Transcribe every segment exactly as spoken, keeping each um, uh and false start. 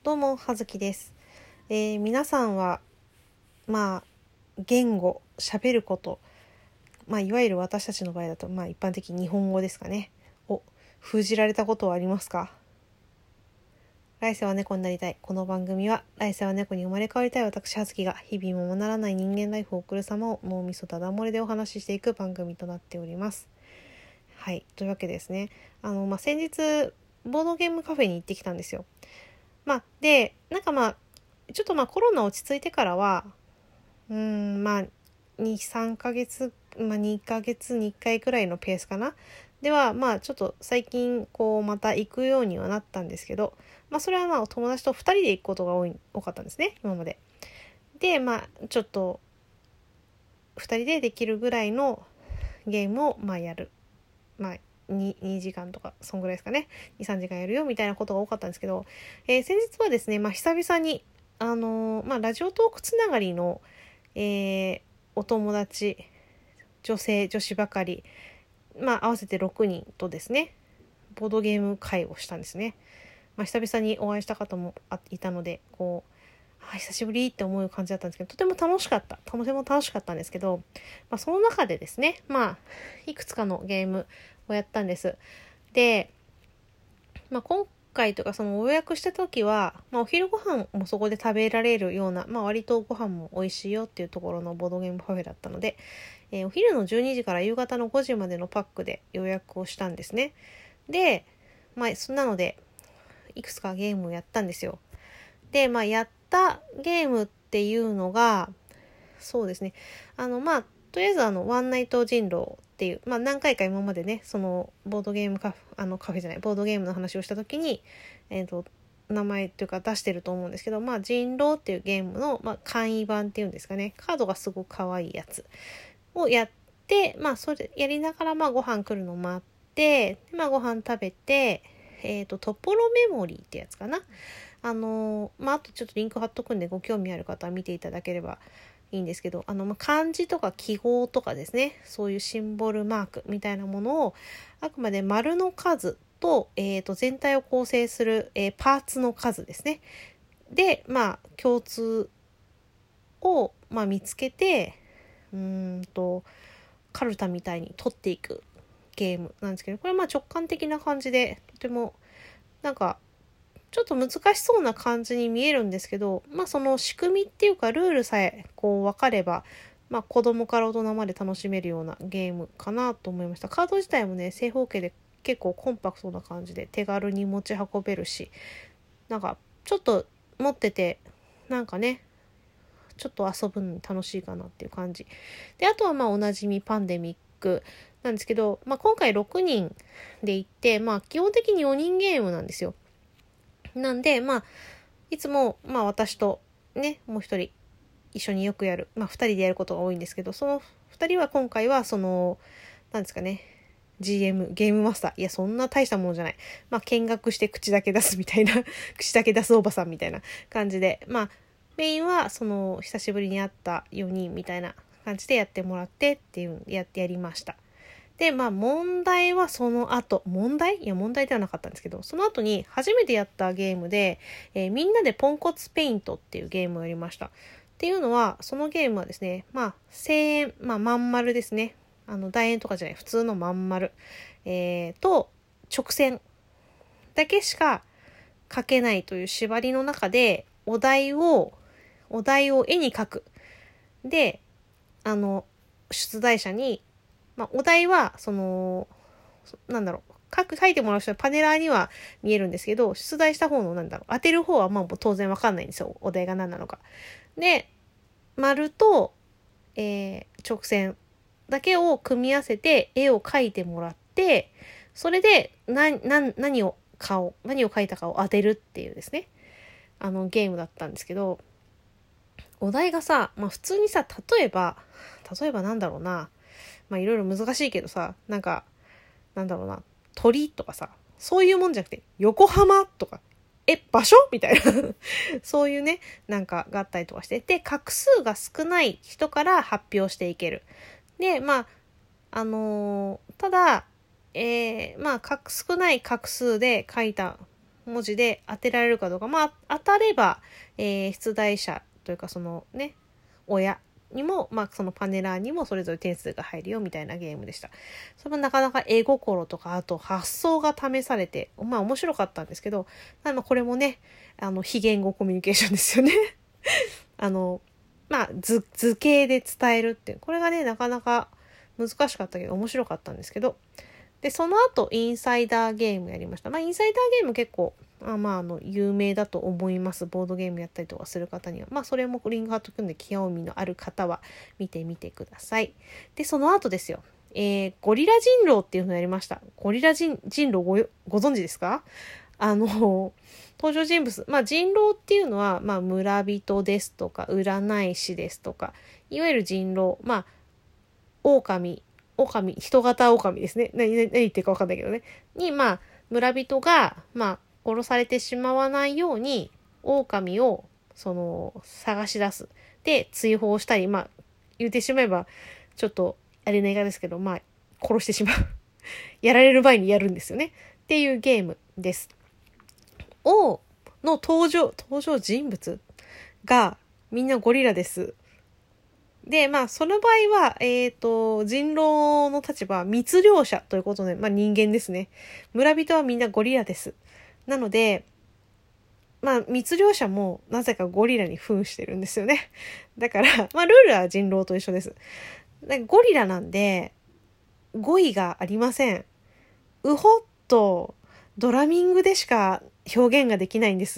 どうもはずきです、えー、皆さんはまあ言語喋ること、まあ、いわゆる私たちの場合だと、まあ、一般的に日本語ですかねを封じられたことはありますか？来世は猫になりたい。この番組は来世は猫に生まれ変わりたい私はずきが日々もまならない人間ライフを送る様を脳みそただ漏れでお話ししていく番組となっております。はい、というわけでですね、あの、まあ、先日ボードゲームカフェに行ってきたんですよ。まあ、で、なんかまあ、ちょっとまあコロナ落ち着いてからは、うーん、まあ、に、さんかげつ、まあにかげつにいっかいくらいのペースかな。では、まあちょっと最近、こう、また行くようにはなったんですけど、まあそれはまあ友達とふたりで行くことが多い、多かったんですね、今まで。で、まあちょっと、ふたりでできるぐらいのゲームを、まあやる。まあ、2, 2時間とかそんぐらいですかね、に、さんじかんやるよみたいなことが多かったんですけど、えー、先日はですね、まあ、久々にあのー、まあ、ラジオトークつながりの、えー、お友達女性女子ばかり、まあ、合わせてろくにんとですねボードゲーム会をしたんですね。まあ、久々にお会いした方もいたのでこうあ久しぶりって思う感じだったんですけど、とても楽しかったとても楽しかったんですけど、まあ、その中でですね、まあいくつかのゲームをやったんです。で、まあ、今回とかその予約した時は、まあ、お昼ご飯もそこで食べられるような、まあ、割とご飯も美味しいよっていうところのボードゲームカフェだったので、えー、お昼のじゅうにじから夕方のごじまでのパックで予約をしたんですね。で、まあ、そんなのでいくつかゲームをやったんですよ。で、まあ、やったゲームっていうのがそうですね、あのまあとりあえずあのワンナイト人狼っていう、まあ何回か今までねそのボードゲームカフェあのカフェじゃないボードゲームの話をした時に、えーと名前というか出してると思うんですけど、まあ人狼っていうゲームの、まあ、簡易版っていうんですかね、カードがすごく可愛いやつをやって、まあそれやりながらまあご飯来るの待って、まあご飯食べて、えーとトポロメモリーってやつかな、あのまああとちょっとリンク貼っとくんでご興味ある方は見ていただければいいんですけど、あの、まあ、漢字とか記号とかですね、そういうシンボルマークみたいなものを、あくまで丸の数と、えーと、全体を構成する、えー、パーツの数ですね。で、まあ、共通を、まあ、見つけて、うーんと、カルタみたいに取っていくゲームなんですけど、これはまあ直感的な感じで、とても、なんか、ちょっと難しそうな感じに見えるんですけど、まあその仕組みっていうかルールさえこう分かれば、まあ子供から大人まで楽しめるようなゲームかなと思いました。カード自体もね、正方形で結構コンパクトな感じで手軽に持ち運べるし、なんかちょっと持ってて、なんかね、ちょっと遊ぶのに楽しいかなっていう感じ。で、あとはまあおなじみパンデミックなんですけど、まあ今回ろくにんで行って、まあ基本的によにんゲームなんですよ。なんで、まあ、いつも、まあ私とね、もう一人一緒によくやる、まあ二人でやることが多いんですけど、その二人は今回はその、なんですかね、ジーエム、ゲームマスター。いや、そんな大したものじゃない。まあ見学して口だけ出すみたいな、口だけ出すおばさんみたいな感じで、まあメインはその久しぶりに会ったよにんみたいな感じでやってもらってっていう、やってやりました。で、まあ問題はその後、問題いや問題ではなかったんですけど、その後に初めてやったゲームで、えー、みんなでポンコツペイントっていうゲームをやりました。っていうのは、そのゲームはですね、まあ、正円、まあ、まん丸ですね。あの、楕円とかじゃない、普通のまん丸。えー、と、直線だけしか書けないという縛りの中で、お題を、お題を絵に描く。で、あの、出題者に、まあ、お題は、その、なんだろう、書く、書いてもらう人はパネラーには見えるんですけど、出題した方のなんだろう、当てる方はまあ当然わかんないんですよ。お題が何なのか。で、丸と、えー、直線だけを組み合わせて絵を描いてもらって、それで何、何、何を顔、何を描いたかを当てるっていうですね、あのゲームだったんですけど、お題がさ、まあ普通にさ、例えば、例えばなんだろうな、まあいろいろ難しいけどさ、なんか、なんだろうな、鳥とかさ、そういうもんじゃなくて、横浜とか、え、場所みたいな。そういうね、なんかがあったりとかして、で、画数が少ない人から発表していける。で、まあ、あのー、ただ、えー、まあ、少ない画数で書いた文字で当てられるかどうか、まあ当たれば、えー、出題者というかそのね親にも、まあそのパネラーにもそれぞれ点数が入るよみたいなゲームでした。それもなかなか絵心とかあと発想が試されて、まあ面白かったんですけど、まあこれもねあの非言語コミュニケーションですよね。あのまあ図図形で伝えるっていうこれがねなかなか難しかったけど面白かったんですけど、でその後インサイダーゲームやりました。まあインサイダーゲーム結構あまああの有名だと思います。ボードゲームやったりとかする方には、まあそれもリングハート組んで興味のある方は見てみてください。でその後ですよ、えー、ゴリラ人狼っていうのをやりました。ゴリラ人人狼ごご存知ですか？あの登場人物、まあ人狼っていうのはまあ村人ですとか占い師ですとか、いわゆる人狼、まあ狼狼人型狼ですね。何何言ってるか分かんないけどね。にまあ村人がまあ殺されてしまわないように狼をその探し出す。で追放したり、まあ言ってしまえばちょっとあれな言い方ですけど、まあ殺してしまう。やられる前にやるんですよね。っていうゲームです。をの登場登場人物がみんなゴリラです。で、まあ、その場合は、えっと、人狼の立場は密猟者ということで、まあ人間ですね。村人はみんなゴリラです。なので、まあ、密猟者もなぜかゴリラに扮してるんですよね。だから、まあ、ルールは人狼と一緒です。ゴリラなんで、語彙がありません。ウホッとドラミングでしか表現ができないんです。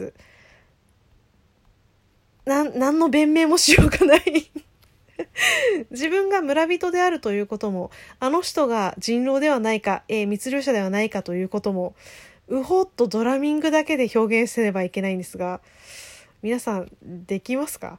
なん、何の弁明もしようがない。自分が村人であるということも、あの人が人狼ではないか、えー、密猟者ではないかということも、うほっとドラミングだけで表現せねばいけないんですが、皆さんできますか？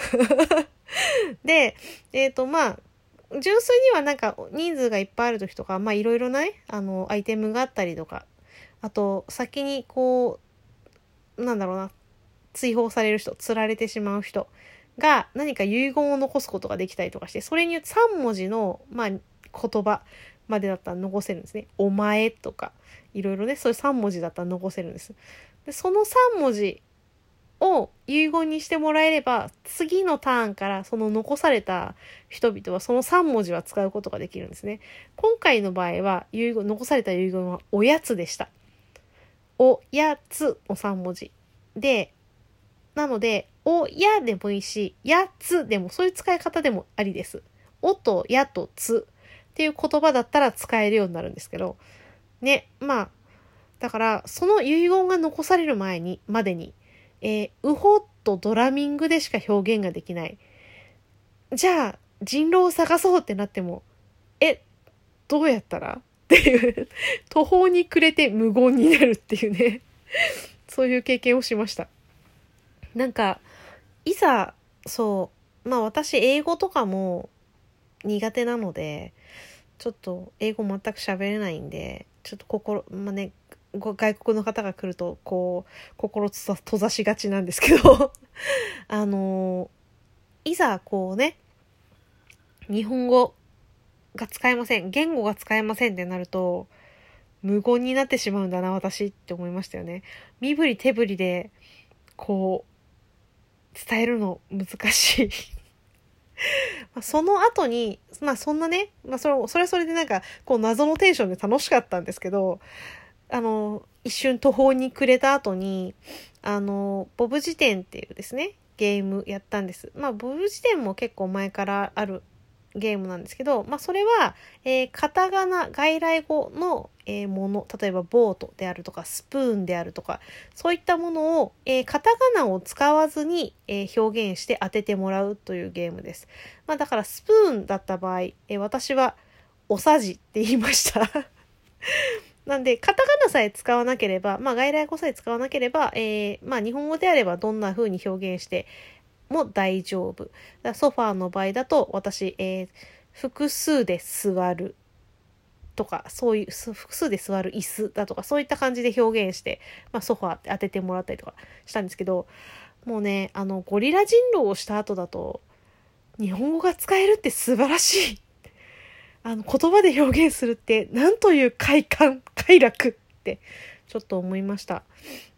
で、えっとまあ純粋にはなんか人数がいっぱいある時とか、まあいろいろなねあのアイテムがあったりとか、あと先にこうなんだろうな追放される人、釣られてしまう人が何か遺言を残すことができたりとかして、それによってさん文字のまあ言葉までだったら残せるんですね。お前とかいろいろね、そういうさん文字だったら残せるんです。でそのさん文字を遺言にしてもらえれば、次のターンからその残された人々はそのさん文字は使うことができるんですね。今回の場合は遺言、残された遺言はおやつでした。おやつのさん文字で、なのでおやでもいいし、やつでもそういう使い方でもありです。おとやとつっていう言葉だったら使えるようになるんですけどね。まあだからその遺言が残される前にまでに、えー、ウホッとドラミングでしか表現ができない。じゃあ人狼を探そうってなっても、えどうやったらっていう途方に暮れて無言になるっていうねそういう経験をしました。なんかいざそうまあ私英語とかも苦手なので、ちょっと英語全く喋れないんで、ちょっと心まあね外国の方が来るとこう心閉ざしがちなんですけどあのいざこうね日本語が使えません、言語が使えませんってなると無言になってしまうんだな私って思いましたよね。身振り手振りでこう伝えるの難しいその後にまあそんなね、まあ、それそれはそれでなんかこう謎のテンションで楽しかったんですけど、あの一瞬途方に暮れた後にあのボブ辞典っていうですねゲームやったんです。まあボブ辞典も結構前からあるゲームなんですけど、まあそれは、えー、カタカナ外来語の、えー、もの、例えばボートであるとかスプーンであるとかそういったものを、えー、カタカナを使わずに、えー、表現して当ててもらうというゲームです。まあだからスプーンだった場合、えー、私はおさじって言いましたなんでカタカナさえ使わなければ、まあ外来語さえ使わなければ、えー、まあ日本語であればどんな風に表現しても大丈夫。だソファーの場合だと私、えー、複数で座るとか、そういう複数で座る椅子だとかそういった感じで表現して、まあ、ソファーって当ててもらったりとかしたんですけど、もうねあのゴリラ人狼をした後だと日本語が使えるって素晴らしい。あの言葉で表現するってなんという快感快楽ってちょっと思いました。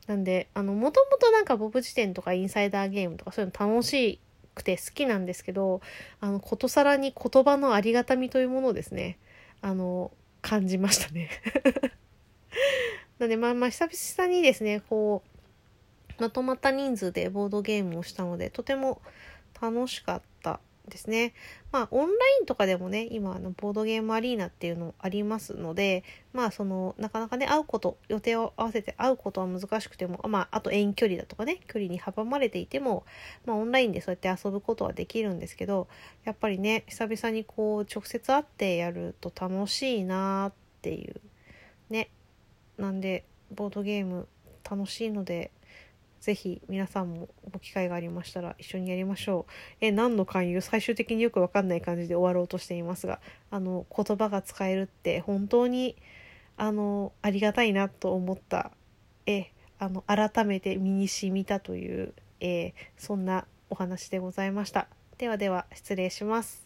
なんであのもともとなんかボブ辞典とかインサイダーゲームとかそういうの楽しくて好きなんですけど、あのことさらに言葉のありがたみというものをですね、あの感じましたね。なのでまあまあ久々にですねこうまとまった人数でボードゲームをしたのでとても楽しかったですね。まあオンラインとかでもね今あのボードゲームアリーナっていうのありますので、まあそのなかなかね会うこと予定を合わせて会うことは難しくても、まああと遠距離だとかね距離に阻まれていても、まあオンラインでそうやって遊ぶことはできるんですけど、やっぱりね久々にこう直接会ってやると楽しいなっていうね。なんでボードゲーム楽しいのでぜひ皆さんもご機会がありましたら一緒にやりましょう。え何の勧誘、最終的によくわかんない感じで終わろうとしていますが、あの言葉が使えるって本当にあのありがたいなと思ったえあの改めて身に染みたというえそんなお話でございました。ではでは失礼します。